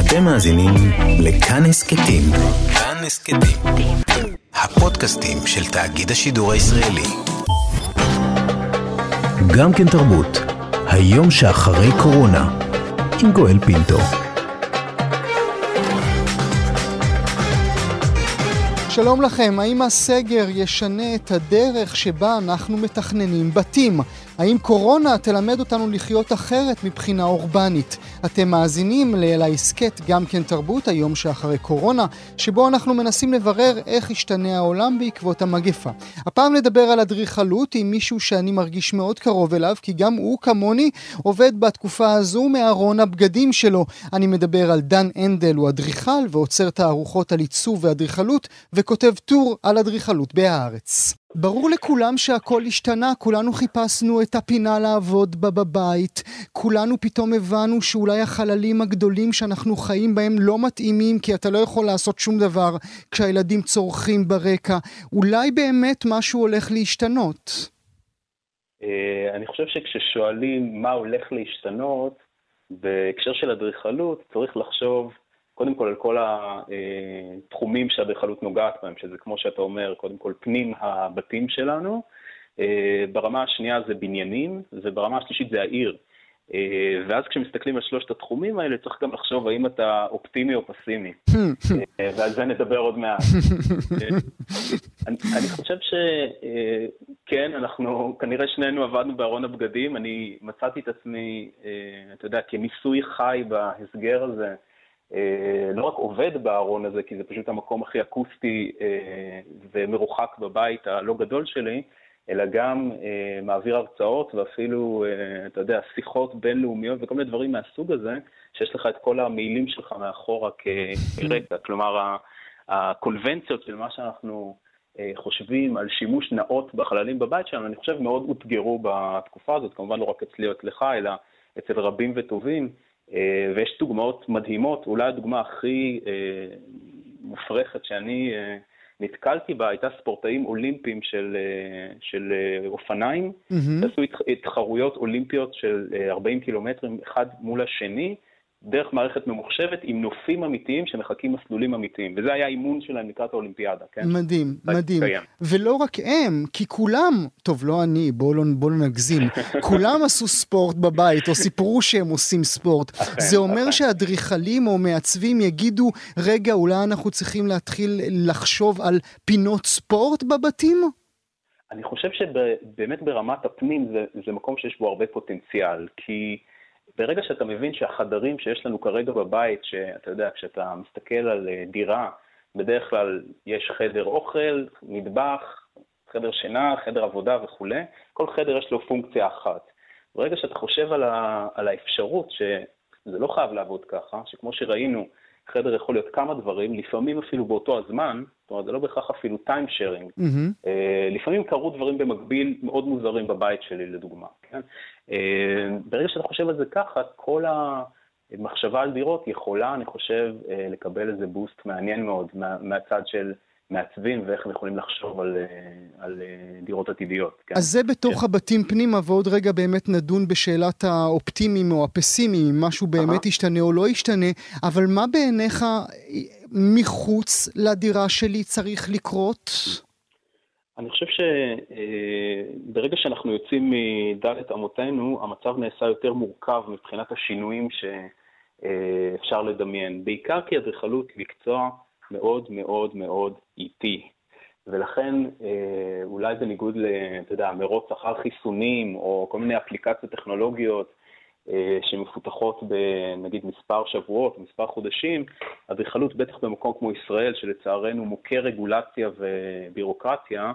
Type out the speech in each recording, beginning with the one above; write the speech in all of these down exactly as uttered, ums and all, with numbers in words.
אתם מאזינים לכאן הסכתים. כאן הסכתים. הפודקאסטים של תאגיד השידור הישראלי. גם כן תרבות. היום שאחרי קורונה. עם גואל פינטו. שלום לכם, האם הסגר ישנה את הדרך שבה אנחנו מתכננים בתים? האם קורונה תלמד אותנו לחיות אחרת מבחינה אורבנית? אתם מאזינים להסכת גם כן תרבות, היום שאחרי קורונה, שבו אנחנו מנסים לברר איך ישתנה העולם בעקבות המגפה. הפעם נדבר על אדריכלות עם מישהו שאני מרגיש מאוד קרוב אליו, כי גם הוא כמוני עובד בתקופה הזו מארון הבגדים שלו. אני מדבר על דן אנדל, הוא אדריכל ועוצר תערוכות על עיצוב ואדריכלות, וכותב טור על אדריכלות בהארץ. ברור לכולם שהכל השתנה, כולנו חיפשנו את הפינה לעבוד בה בבית, כולנו פתאום הבנו שאולי החללים הגדולים שאנחנו חיים בהם לא מתאימים, כי אתה לא יכול לעשות שום דבר כשהילדים צורכים ברקע. אולי באמת משהו הולך להשתנות? אני חושב שכששואלים מה הולך להשתנות, בהקשר של אדריכלות צריך לחשוב קודם כל על כל התחומים שהאדריכלות נוגעת בהם, שזה כמו שאתה אומר, קודם כל פנים הבתים שלנו, ברמה השנייה זה בניינים, וברמה השלישית זה העיר. ואז כשמסתכלים על שלושת התחומים האלה, צריך גם לחשוב האם אתה אופטימי או פסימי. ועל זה נדבר עוד מעט. אני חושב שכן, אנחנו כנראה שנינו עבדנו בארון הבגדים, אני מצאתי את עצמי, אתה יודע, כניסוי חי בהסגר הזה, לא רק עובד בארון הזה, כי זה פשוט המקום הכי אקוסטי ומרוחק בבית הלא גדול שלי, אלא גם מעביר הרצאות ואפילו, אתה יודע, שיחות בינלאומיות וכל מיני דברים מהסוג הזה, שיש לך את כל המעילים שלך מאחורה כרקע. כלומר, הקונבנציות של מה שאנחנו חושבים על שימוש נאות בחללים בבית שלנו, אני חושב מאוד אותגרו בתקופה הזאת, כמובן לא רק אצלי או אצלך, אלא אצל רבים וטובים, ויש דוגמאות מדהימות. אולי הדוגמה הכי מופרכת שאני נתקלתי בה הייתה ספורטאים אולימפיים של, של אופניים, עשו התחרויות אולימפיות של ארבעים קילומטרים אחד מול השני, דרך מערכת ממוחשבת עם נופים אמיתיים שמחכים מסלולים אמיתיים, וזה היה אימון שלהם לקראת האולימפיאדה, כן? מדהים, מדהים. קיים. ולא רק הם, כי כולם, טוב, לא אני, בואו לא, בוא לא נגזים, כולם עשו ספורט בבית, או סיפרו שהם עושים ספורט. אחרי, זה אומר אחרי. שאדריכלים או מעצבים יגידו, רגע, אולי אנחנו צריכים להתחיל לחשוב על פינות ספורט בבתים? אני חושב שבאמת ברמת הפנים זה, זה מקום שיש בו הרבה פוטנציאל, כי ברגע שאתה מבין שהחדרים שיש לנו כרגע בבית, שאתה יודע, כשאתה מסתכל על דירה, בדרך כלל יש חדר אוכל, מטבח, חדר שינה, חדר עבודה וכו'. כל חדר יש לו פונקציה אחת. ברגע שאתה חושב על, ה, על האפשרות שזה לא חייב לעבוד ככה, שכמו שראינו, חדר יכול להיות כמה דברים, לפעמים אפילו באותו הזמן, זאת אומרת, זה לא בהכרח אפילו time sharing. Mm-hmm. Uh, לפעמים קרו דברים במקביל מאוד מוזרים בבית שלי, לדוגמה. כן? Uh, ברגע שאתה חושב על זה ככה, כל המחשבה על דירות יכולה, אני חושב, uh, לקבל איזה בוסט מעניין מאוד מה, מהצד של מעצבים, ואיך הם יכולים לחשוב על, uh, על uh, דירות עתידיות. כן? אז זה בתוך כן. הבתים פנימה, ועוד רגע באמת נדון בשאלת האופטימיים או הפסימיים, משהו באמת uh-huh. ישתנה או לא ישתנה, אבל מה בעיניך מחוץ לדירה שלי צריך לקרות? אני חושב שברגע שאנחנו יוצאים מדלת אמותינו, המצב נעשה יותר מורכב מבחינת השינויים שאפשר לדמיין. בעיקר כי אדריכלות היא מקצוע מאוד מאוד מאוד איטי. ולכן אולי בניגוד אתה יודע, מרוץ אחר חיסונים או כל מיני אפליקציות טכנולוגיות, שמפותחות בנגיד מספר שבועות, מספר חודשים, אדריכלות בטח במקום כמו ישראל, שלצערנו מוכר רגולציה ובירוקרטיה,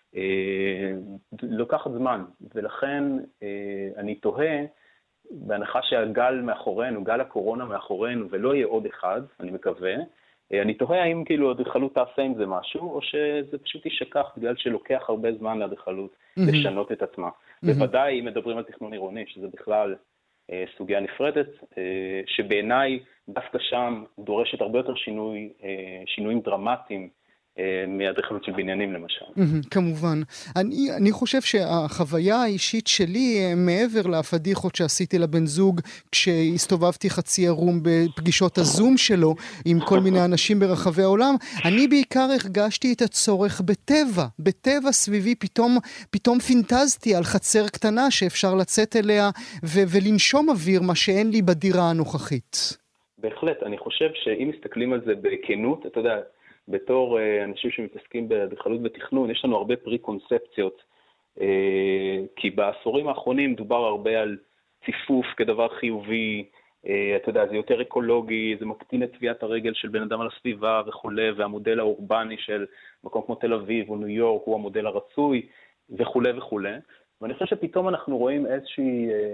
לוקחת זמן. ולכן אני תוהה, בהנחה שהגל מאחורינו, גל הקורונה מאחורינו, ולא יהיה עוד אחד, אני מקווה, אני תוהה האם כאילו אדריכלות תעשה עם זה משהו, או שזה פשוט יישכח בגלל שלוקח הרבה זמן לאדריכלות mm-hmm. לשנות את עצמה. Mm-hmm. בוודאי אם מדברים על תכנון עירוני, שזה בכלל סוגיה נפרדת, שבעיניי דווקא שם דורשת הרבה יותר שינוי, שינויים דרמטיים מאדריכלות של בניינים למשל. כמובן. אני, אני חושב שהחוויה האישית שלי, מעבר להפדיחות שעשיתי לבן זוג, כשהסתובבתי חצי ערום בפגישות הזום שלו, עם כל מיני אנשים ברחבי העולם, אני בעיקר הרגשתי את הצורך בטבע. בטבע סביבי פתאום, פתאום פינטזתי על חצר קטנה שאפשר לצאת אליה ו- ולנשום אוויר, מה שאין לי בדירה הנוכחית. בהחלט. אני חושב שאם מסתכלים על זה בכנות, אתה יודע, בתור אנשים שמתעסקים באדריכלות ותכנון, יש לנו הרבה פרי-קונספציות, כי בעשורים האחרונים דובר הרבה על ציפוף כדבר חיובי, אתה יודע, זה יותר אקולוגי, זה מקטין את טביעת הרגל של בן אדם על הסביבה וכו', והמודל האורבני של מקום כמו תל אביב או ניו יורק הוא המודל הרצוי וכו' וכו'. ואני חושב שפתאום אנחנו רואים איזושהי אה,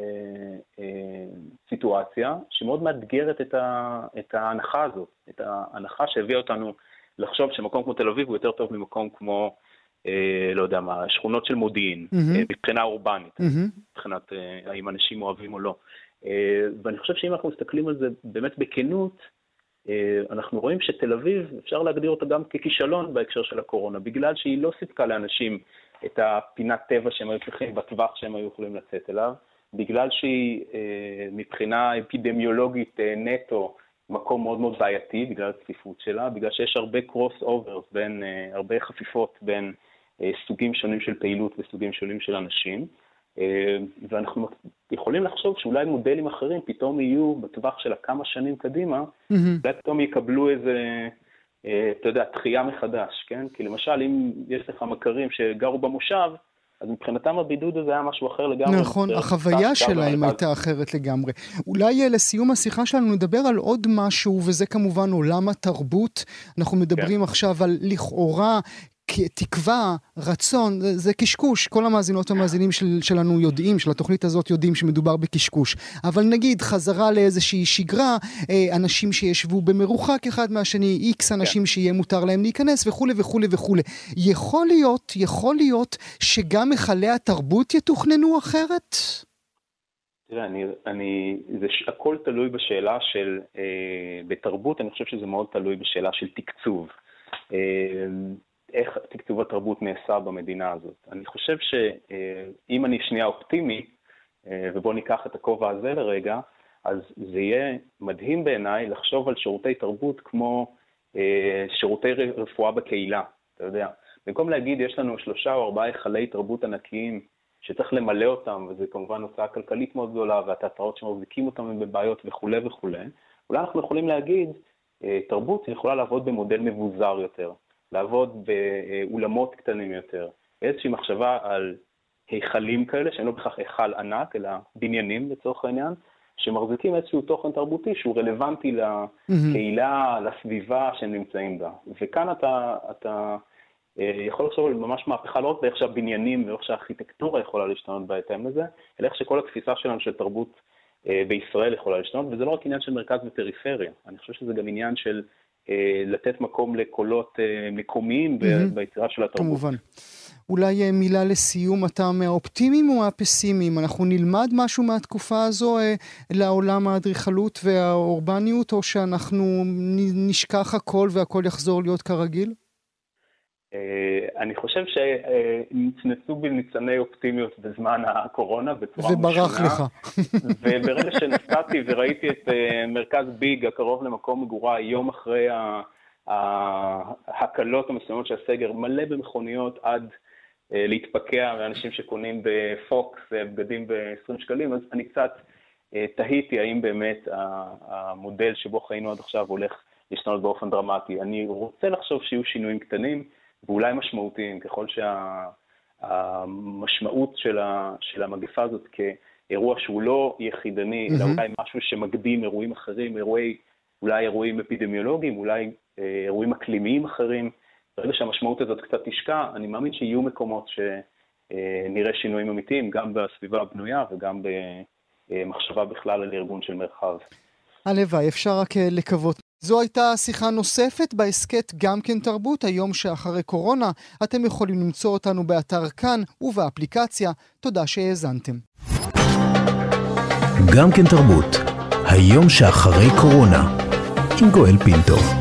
אה, סיטואציה שמאוד מאתגרת את, ה, את ההנחה הזאת, את ההנחה שהביאה אותנו לחשוב שמקום כמו תל אביב הוא יותר טוב ממקום כמו, אה, לא יודע מה, שכונות של מודיעין, mm-hmm. אה, מבחינה אורבנית, mm-hmm. מבחינת אה, האם אנשים אוהבים או לא. אה, ואני חושב שאם אנחנו מסתכלים על זה באמת בכנות, אה, אנחנו רואים שתל אביב, אפשר להגדיר אותה גם ככישלון בהקשר של הקורונה, בגלל שהיא לא סיפקה לאנשים את הפינת טבע שהם היו צריכים בטווח שהם היו יכולים לצאת אליו, בגלל שהיא אה, מבחינה אפידמיולוגית אה, נטו, מקום מאוד מאוד בעייתי בגלל הצפיפות שלה, בגלל שיש הרבה קרוס אוברס בין, uh, הרבה חפיפות בין uh, סוגים שונים של פעילות וסוגים שונים של אנשים, uh, ואנחנו יכולים לחשוב שאולי מודלים אחרים פתאום יהיו בטווח של כמה שנים קדימה, mm-hmm. אולי פתאום יקבלו איזה, uh, אתה יודע, תחייה מחדש, כן? כי למשל אם יש לך מכרים שגרו במושב, אז מבחינתם הבידוד הזה היה משהו אחר לגמרי. נכון, החוויה שלהם הייתה אחרת לגמרי. אולי לסיום השיחה שלנו נדבר על עוד משהו, וזה כמובן עולם התרבות. אנחנו מדברים עכשיו על לכאורה תקווה, רצון, זה, זה קשקוש. כל המאזינות והמאזינים של, שלנו יודעים, של התוכנית הזאת יודעים שמדובר בקשקוש. אבל נגיד, חזרה לאיזושהי שגרה, אנשים שישבו במרוחק אחד מהשני, איקס אנשים שיהיה מותר להם להיכנס וכו' וכו' וכו'. יכול להיות, יכול להיות שגם מחלי התרבות יתוכננו אחרת? תראה, אני, אני, זה הכל תלוי בשאלה של, אה, בתרבות, אני חושב שזה מאוד תלוי בשאלה של תקצוב. אה, איך תקצוב התרבות נעשה במדינה הזאת. אני חושב שאם אני שנייה אופטימי, ובוא ניקח את הכובע הזה לרגע, אז זה יהיה מדהים בעיניי לחשוב על שירותי תרבות כמו שירותי רפואה בקהילה, אתה יודע. במקום להגיד, יש לנו שלושה או ארבעה היכלי תרבות ענקיים שצריך למלא אותם, וזה כמובן הוצאה כלכלית מאוד גדולה, והתיאטראות שמחזיקים אותם הם בבעיות וכו' וכו'. אולי אנחנו יכולים להגיד, תרבות יכולה לעבוד במודל מבוזר יותר. לעבוד באולמות קטנים יותר, איזושהי מחשבה על היכלים כאלה, שהם לא בכך היכל ענק, אלא בניינים לצורך העניין, שמחזיקים איזשהו תוכן תרבותי שהוא רלוונטי לקהילה, לסביבה שהם נמצאים בה. וכאן אתה, אתה יכול לחשוב על ממש מהפכה, לא רק באיך שהבניינים ואיך שהארכיטקטורה יכולה להשתנות בהתאם לזה, אלא איך שכל התפיסה שלנו של תרבות בישראל יכולה להשתנות, וזה לא רק עניין של מרכז ופריפריה, אני חושב שזה גם עניין של לתת מקום לקולות מקומיים ביצירה של התרבות. כמובן. אולי מילה לסיום, אתה מהאופטימיים או הפסימיים? אנחנו נלמד משהו מהתקופה הזו לעולם האדריכלות והאורבניות, או שאנחנו נשכח הכל והכל יחזור להיות כרגיל? אני חושב שנצנצו בניצני אופטימיות בזמן הקורונה בצורה משונה. וברח לך. וברגע שנסעתי וראיתי את מרכז ביג הקרוב למקום מגוריי, יום אחרי ההקלות המסוימות של הסגר, מלא במכוניות עד להתפקע, ואנשים שקונים בפוקס בגדים ב-עשרים שקלים, אז אני קצת תהיתי האם באמת המודל שבו חיינו עד עכשיו הולך להשתנות באופן דרמטי. אני רוצה לחשוב שיהיו שינויים קטנים, ואולי משמעותיים, ככל שהמשמעות של, של המגפה הזאת כאירוע שהוא לא יחידני, mm-hmm. אלא אולי משהו שמקדים אירועים אחרים, אירועי, אולי אירועים אפידמיולוגיים, אולי אירועים אקלימיים אחרים. ברגע שהמשמעות הזאת קצת תשקע, אני מאמין שיהיו מקומות שנראה שינויים אמיתיים, גם בסביבה הבנויה וגם במחשבה בכלל על ארגון של מרחב. הלוואי, אפשר רק לקוות. זו הייתה שיחה נוספת בעסקת גם כן תרבות, היום שאחרי קורונה. אתם יכולים למצוא אותנו באתר כאן ובאפליקציה. תודה שהאזנתם. גם כן תרבות, היום שאחרי קורונה, עם גואל פינטו.